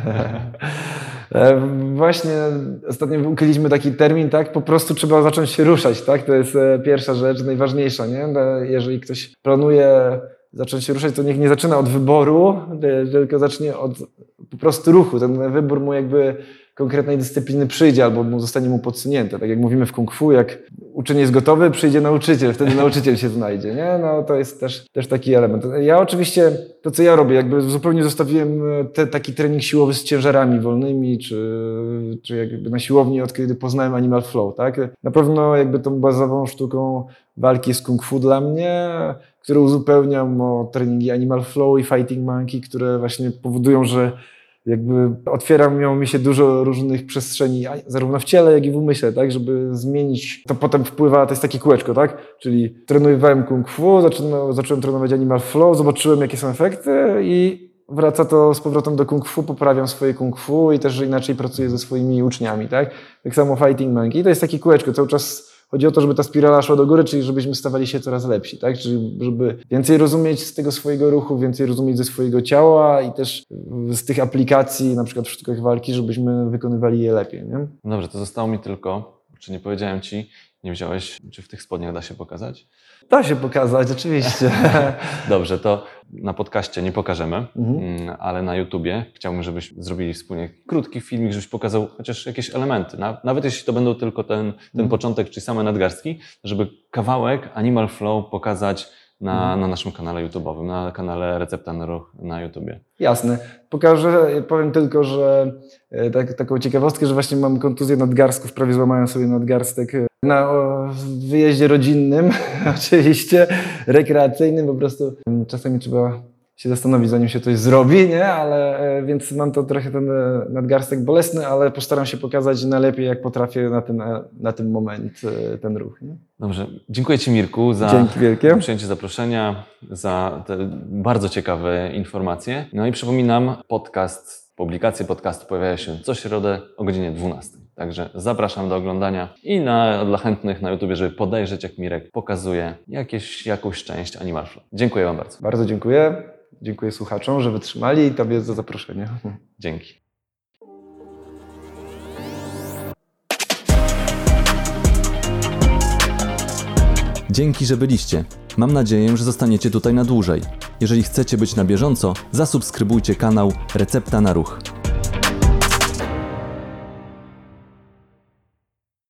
Właśnie ostatnio ukryliśmy taki termin, tak? Po prostu trzeba zacząć się ruszać, tak? To jest pierwsza rzecz, najważniejsza, nie? Jeżeli ktoś planuje zacząć się ruszać, to niech nie zaczyna od wyboru, tylko zacznie od po prostu ruchu. Ten wybór mu jakby konkretnej dyscypliny przyjdzie albo mu zostanie mu podsunięte. Tak jak mówimy w kung fu, jak uczeń jest gotowy, przyjdzie nauczyciel, wtedy nauczyciel się znajdzie, nie? No to jest też, też taki element. Ja oczywiście, to co ja robię, jakby zupełnie zostawiłem te, taki trening siłowy z ciężarami wolnymi, czy, czy jakby na siłowni, od kiedy poznałem Animal Flow, tak? Na pewno jakby tą bazową sztuką walki jest kung fu dla mnie, które uzupełniam o treningi Animal Flow i Fighting Monkey, które właśnie powodują, że jakby otwiera mi się dużo różnych przestrzeni, zarówno w ciele, jak i w umyśle, tak, żeby zmienić, to potem wpływa, to jest takie kółeczko, tak, czyli trenowałem kung fu, zacząłem, zacząłem trenować Animal Flow, zobaczyłem jakie są efekty i wraca to z powrotem do kung fu, poprawiam swoje kung fu i też inaczej pracuję ze swoimi uczniami, tak, tak samo Fighting Monkey, to jest takie kółeczko, cały czas chodzi o to, żeby ta spirala szła do góry, czyli żebyśmy stawali się coraz lepsi, tak? Czyli żeby więcej rozumieć z tego swojego ruchu, więcej rozumieć ze swojego ciała i też z tych aplikacji, na przykład w sztukach walki, żebyśmy wykonywali je lepiej, nie? Dobrze, to zostało mi tylko, czy nie powiedziałem ci, nie wziąłeś, czy w tych spodniach da się pokazać? Da się pokazać, oczywiście. Dobrze, to na podcaście nie pokażemy, Mhm. ale na YouTubie chciałbym, żebyś zrobili wspólnie krótki filmik, żebyś pokazał chociaż jakieś elementy. Nawet jeśli to będą tylko ten, ten Mhm. początek, czyli same nadgarstki, żeby kawałek Animal Flow pokazać na, Mhm. na naszym kanale YouTube'owym, na kanale Recepta na Ruch na YouTubie. Jasne. Pokażę, powiem tylko, że e, tak, taką ciekawostkę, że właśnie mam kontuzję nadgarstków, prawie złamałem sobie nadgarstek e, na o, wyjeździe rodzinnym, oczywiście, rekreacyjnym, po prostu m, czasami trzeba się zastanowić, zanim się coś zrobi, nie? Ale e, więc mam to trochę ten e, nadgarstek bolesny, ale postaram się pokazać najlepiej, jak potrafię na tym, e, na tym moment e, ten ruch. Nie? Dobrze, dziękuję Ci Mirku za Dzięki wielkie. przyjęcie zaproszenia, za te bardzo ciekawe informacje. No i przypominam, podcast, publikacje podcastu pojawiają się co środę o godzinie dwunastej. Także zapraszam do oglądania i na, dla chętnych na YouTubie, żeby podejrzeć, jak Mirek pokazuje jakieś, jakąś część Animal Flow. Dziękuję Wam bardzo. Bardzo dziękuję. Dziękuję słuchaczom, że wytrzymali i Tobie za zaproszenie. Dzięki. Dzięki, że byliście. Mam nadzieję, że zostaniecie tutaj na dłużej. Jeżeli chcecie być na bieżąco, zasubskrybujcie kanał Recepta na Ruch.